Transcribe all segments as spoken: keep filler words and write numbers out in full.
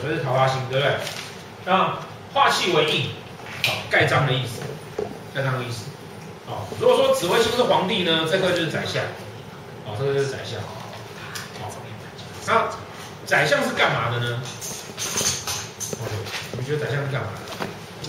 这是桃花星，对不对？那化气为印，好，盖章的意思，盖章的意思。好，如果说紫微星是皇帝呢，这颗就是宰相，好，这个就是宰相。好，那宰相是干嘛的呢？你们觉得宰相是干嘛的？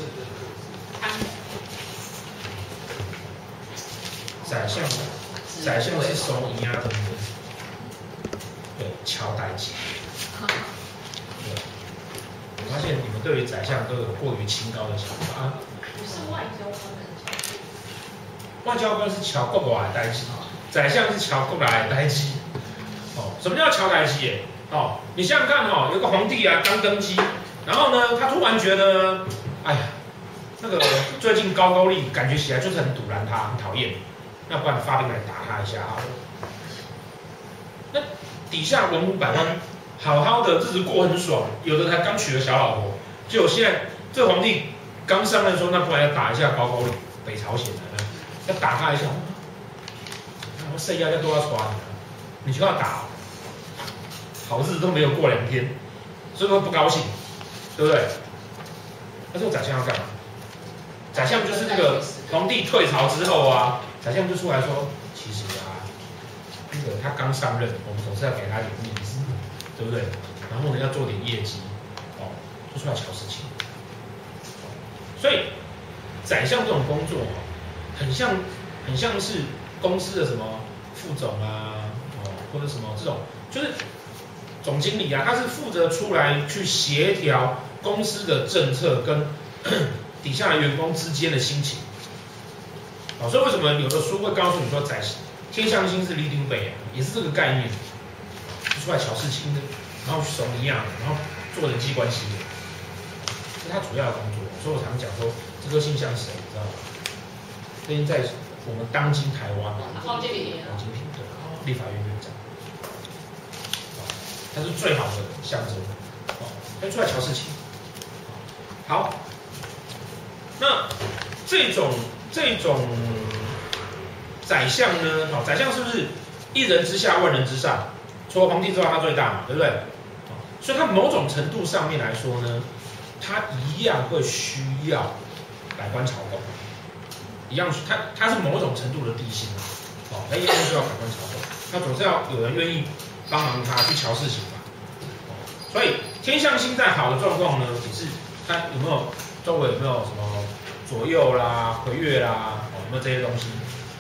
宰相，宰相是收银啊，等等。对，敲代机。对，我发现你们对于宰相都有过于清高的想法啊。 不是外交官的敲。 外交官是敲国外代机，宰相是敲国来代机。哦，什么叫敲代机？耶？哦，你想想看哦，有个皇帝啊刚登基，然后呢，他突然觉得，哎呀，那个最近高句丽感觉起来就是很堵拦他，很讨厌。那不然发兵来打他一下好了。那底下文武百官好好的日子过很爽，有的才刚娶了小老婆，结果现在这皇帝刚上任说，那不然要打一下高句丽，北朝鲜的，要打他一下，我剩下要都要传你，你就要打，好日子都没有过两天，所以说不高兴，对不对？那这个宰相要干嘛？宰相就是那个皇帝退朝之后啊。宰相就出来说，其实啊，那个他刚上任，我们总是要给他点面子，对不对？然后呢，要做点业绩，哦，就出来瞧事情。所以，宰相这种工作，很像，很像是公司的什么副总啊，哦，或者什么这种，就是总经理啊，他是负责出来去协调公司的政策跟底下的员工之间的心情。哦，所以为什么有的书会告诉你说宰天象星是 leading bay 啊，也是这个概念，就出来瞧事情的，然后去守尼亚，然后做人际关系的，这是他主要的工作。所以我常讲说，这颗星像谁，你知道吗？最近在我们当今台湾， 黄金平， 黄金平对，立法院院长，哦，他是最好的象征，哦，他出来瞧事情。好，那这种。这种宰相呢，好，宰相是不是一人之下万人之上？除了皇帝之外，他最大嘛，对不对？所以他某种程度上面来说呢，他一样会需要百官朝贡，一样，他他是某种程度的帝星，哦，他一样需要百官朝贡，他总是要有人愿意帮忙他去瞧事情嘛。所以天象星在好的状况呢，也是他有没有周围有没有什么？左右啦、回月啦，哦，有没有这些东西？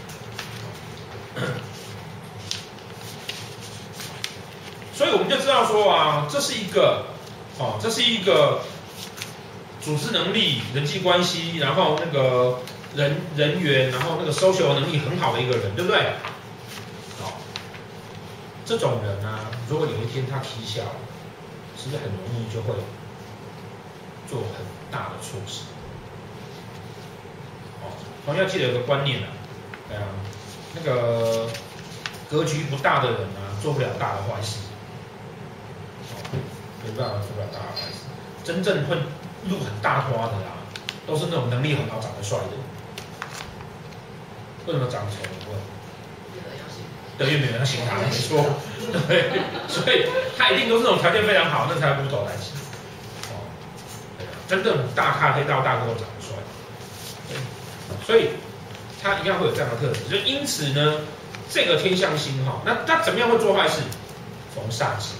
所以我们就知道说啊，这是一个，哦，这是一个组织能力、人际关系，然后那个人人缘，然后那个 social 能力很好的一个人，对不对？好，这种人啊，如果有一天他踢笑，是不是很容易就会做很大的错事？同样记得有个观念啊，对啊，那个格局不大的人啊，做不了大的坏事，哦，没办法做不了大的坏事。真正会路很大花的啦，都是那种能力很好、长得帅的。为什么长得丑不会？对，因为没有人要嫌他，没错。对，所以他一定都是那种条件非常好，那才会不走来起。哦，对啊，真正大咖黑道大哥都长得帅。所以他一样会有这样的特质，就因此呢，这个天象星哈，那他怎么样会做坏事？逢煞气，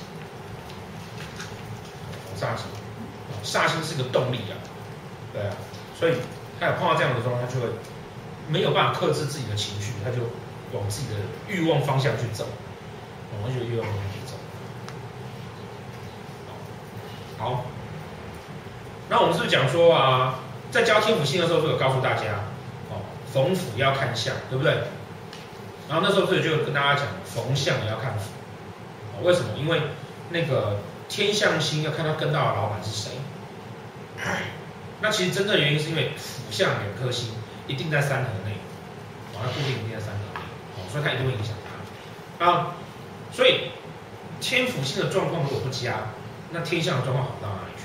逢煞气，煞星是个动力啊，对啊，所以他有碰到这样的状况，他就会没有办法克制自己的情绪，他就往自己的欲望方向去走，往自己的欲望方向去走。好，那我们是不是讲说啊，在教天府星的时候，就有告诉大家。逢府要看相，对不对？然后那时候就就跟大家讲，逢相也要看府。为什么？因为那个天象星要看他跟到的老板是谁。那其实真正的原因是因为府相两颗星一定在三合内，哦，它固定一定在三合内，哦，所以它一定会影响它。啊，所以天府星的状况如果不佳，那天象的状况好不到哪里去？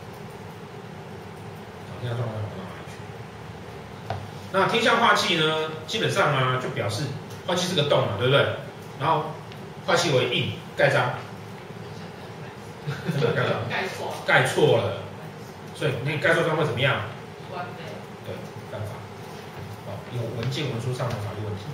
好，天象状况好不到哪里去？那天象化气呢，基本上啊，就表示化气是个洞嘛，对不对？然后化气为印，盖章，盖章， 错， 盖错了，所以那盖错章会怎么样？ 关费。 对，犯法。哦，有文件文书上的法律问题。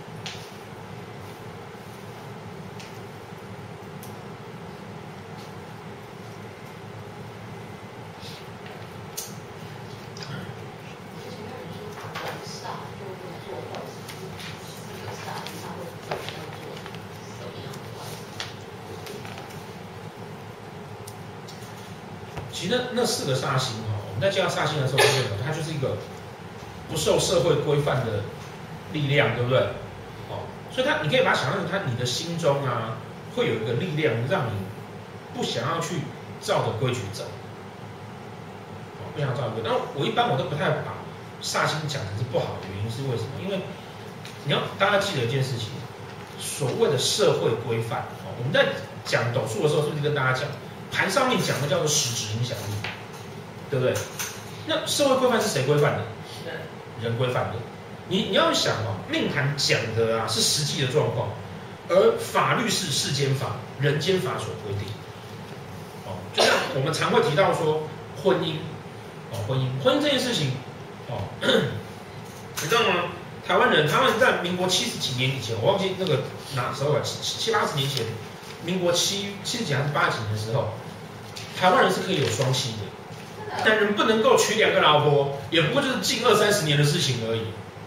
其实那那四个煞星哈，我们在介绍煞星的时候，发现它就是一个不受社会规范的力量，对不对？哦，所以它你可以把它想象成它你的心中啊，会有一个力量让你不想要去照着规矩走，哦，不想要照着规矩。然后我一般我都不太把煞星讲成是不好的原因是为什么？因为你要大家记得一件事情，所谓的社会规范，哦，我们在讲斗数的时候，是不是跟大家讲？盘上面讲的叫做实质影响力，对不对？那社会规范是谁规范的？人规范的。你你要想哦，命盘讲的啊是实际的状况，而法律是世间法、人间法所规定。哦，就像我们常会提到说婚姻，哦，婚姻，婚姻这件事情，哦，你知道吗？台湾人，台湾人在民国七十几年以前，我忘记那个哪时候了，七七八十年前。民国七七十几还是八十几年的时候，台湾人是可以有双妻的，男人不能够娶两个老婆，也不过就是近二三十年的事情而已，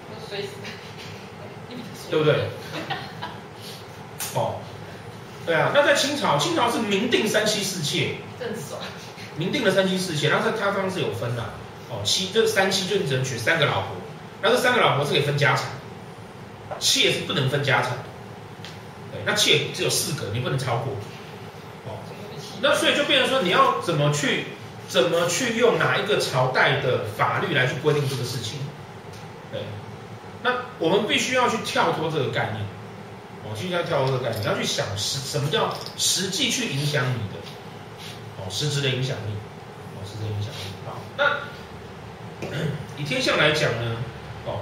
对不对？哦，对啊，那在清朝，清朝是明定三妻四妾， 更爽。 明定了三妻四妾，然后它当然是有分的，哦，妻就是三妻，就你只能娶三个老婆，然后这三个老婆是可以分家产，妾是不能分家产。对，那妾只有四个，你不能超过。哦，那所以就变成说，你要怎么去怎么去用哪一个朝代的法律来去规定这个事情？对，那我们必须要去跳脱这个概念，哦，必须要跳脱这个概念，你要去想实什么叫实际去影响你的，哦，实质的影响力，哦，实质的影响力。好，那以天象来讲呢，哦。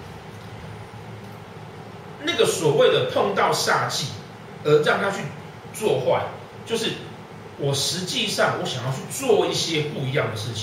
那个所谓的碰到煞忌，而让他去做坏，就是我实际上我想要去做一些不一样的事情，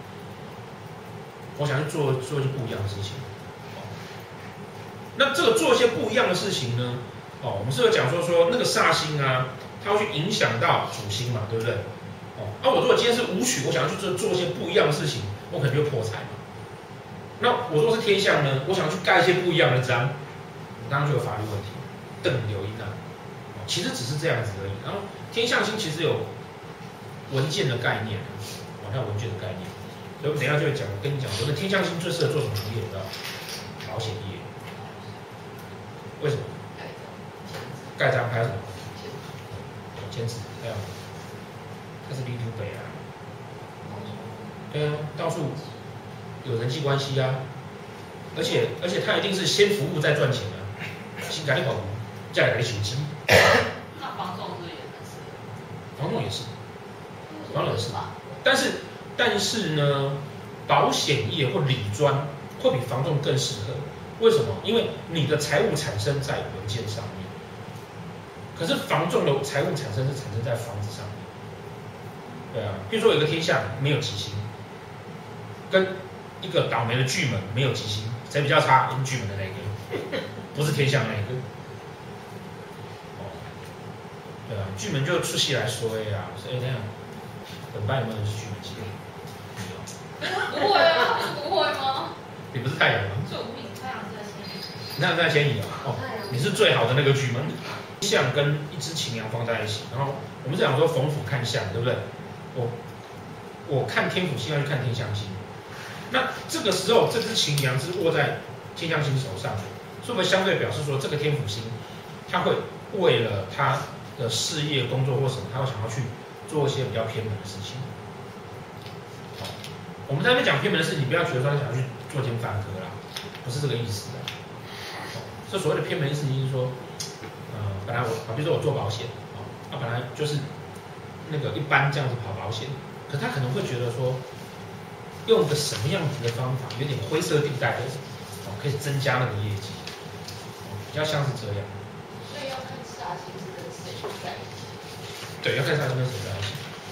我想去做做一些不一样的事情。哦，那这个做一些不一样的事情呢，哦，我们是有讲说说那个煞星啊，它会去影响到主星嘛，对不对？哦，啊，我如果今天是武曲，我想要去做做一些不一样的事情，我可能就会破财嘛。那我说是天象呢，我想要去盖一些不一样的章。当然就有法律问题，邓流音啊，其实只是这样子而已。然后天象星其实有文件的概念，哦，它有文件的概念，所以我们等一下就会讲。我跟你讲，说那天象星最适合做什么行业？你知道？保险业。为什么？盖章还有什么？兼职，还有，它是 B to B 啊，对啊，到处有人际关系啊，而且而且它一定是先服务再赚钱啊。先给你保护，再来给你求机。 那房仲是不是也很适合？ 房仲也是，房仲也是。但是但是呢，保险业或理专会比房仲更适合。为什么？因为你的财务产生在文件上面，可是房仲的财务产生是产生在房子上面。对啊，比如说有个天象没有吉星，跟一个倒霉的巨门没有吉星，谁比较差？是巨门的那个。不是天象那一个，哦，对啊，巨门就出戏来说呀，说哎，这样，本班有没有人是巨门系？ 没有。不会啊，不会吗？ 你不是太阳吗？ 救命！太阳在牵引。 太阳在牵引啊！哦，你是最好的那个巨门，象跟一只擎羊放在一起，然后我们是讲说逢府看相，对不对？我我看天府星要去看天象星，那这个时候这只擎羊是握在天象星手上的。是不是相对表示说，这个天府星，他会为了他的事业、工作或什么，他会想要去做一些比较偏门的事情。好，我们在那边讲偏门的事情，你不要觉得说他想要去作奸犯科啦，不是这个意思的。好，这所谓的偏门的事情是说，呃，本来我，比如说我做保险，啊，他本来就是那个一般这样子跑保险，可他可能会觉得说，用个什么样子的方法，有点灰色地带的，哦，可以增加那个业绩。比较像是这样， 所以要看煞星是跟谁在一起。 对，要看煞星跟谁在一起。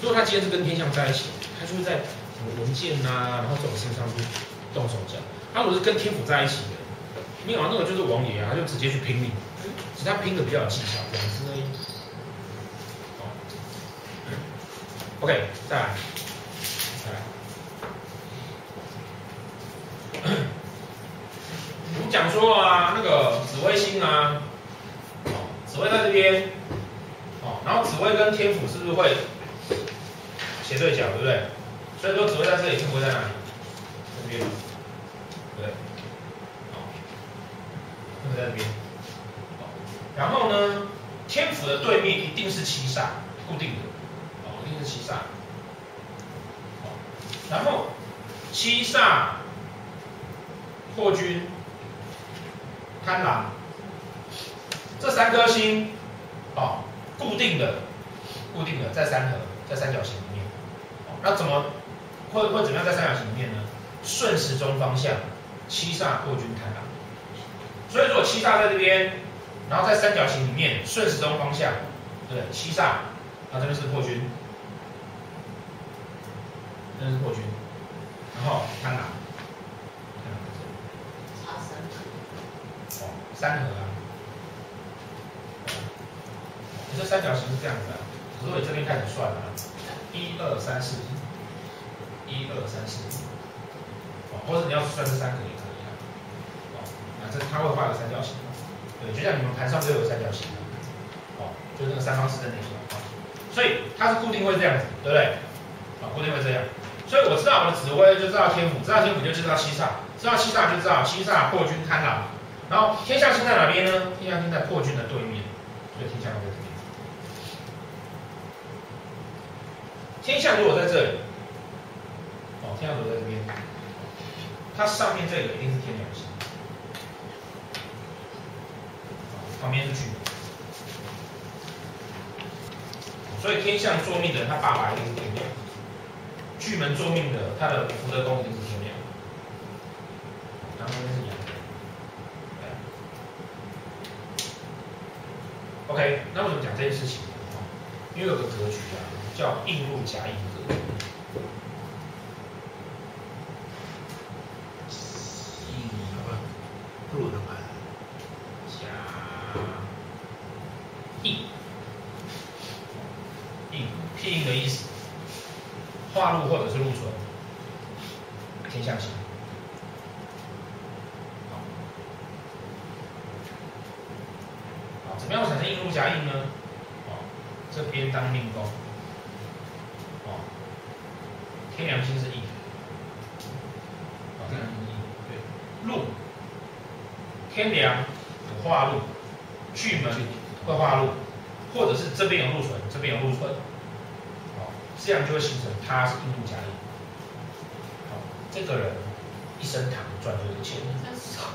如果他今天是跟天象在一起，他就会在什么文件啊，然后这种事情上去动手脚。他如果是跟天府在一起的，没有啊，那个就是王爷啊，他就直接去拼命，只是他拼的比较有技巧，这样子而已。好 ，OK， 再来，再来。我们讲说啊，那个紫微星啊，哦，紫微在这边，哦，然后紫微跟天府是不是会斜对角，对不对？所以说紫微在这里，天府在哪里？这边，对不对？好，天府在这边。好，然后呢，天府的对面一定是七煞，固定的，哦，一定是七煞。好，然后七煞。破军、贪狼，这三颗星，哦，固定的，固定的在三合，在三角形里面。哦，那怎么会会怎么样在三角形里面呢？顺时钟方向，七煞、破军、贪狼。所以如果七煞在这边，然后在三角形里面顺时钟方向，对，七煞，然后这边是破军，这边是破军，然后贪狼。哦，三合啊，你这三角形是这样子的，可是我这边开始算了，一二三四，一二三四，哦，或者你要算这三个也可以啊，哦，那这它会画个三角形，对，就像你们盘上就有个三角形，哦，就那个三方四正那个，哦，所以它是固定会这样子，对不对？啊，固定会这样，所以我知道我的紫微就知道天府，知道天府就知道七煞，知道七煞就知道七煞、破军、贪狼。然后天象星在哪边呢？天象星在破军的对面，所以天象在这边。天象如果在这里，哦，天象如果在这边，它上面这个一定是天梁星，旁边是巨门，所以天象坐命的人，他爸爸一定是天梁；巨门坐命的，他的福德宫一定是天梁，然后那边是阳。OK， 那为什么讲这件事情？因为有个格局啊，叫应入夹应格。应入的嘛，夹应，应庇应的意思，化禄或者是禄存，天象星。怎么样产生应入夹应呢？哦，这边当命宫，哦，天梁星是应，哦，天梁星是应，对，禄，天梁有化禄，巨门会化禄，或者是这边有禄存，这边有禄存，哦，这样就会形成它是应入夹应。好，这个人一生躺赚就有钱。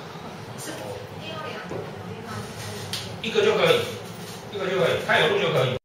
是一个就可以，一个就可以，他有路就可以，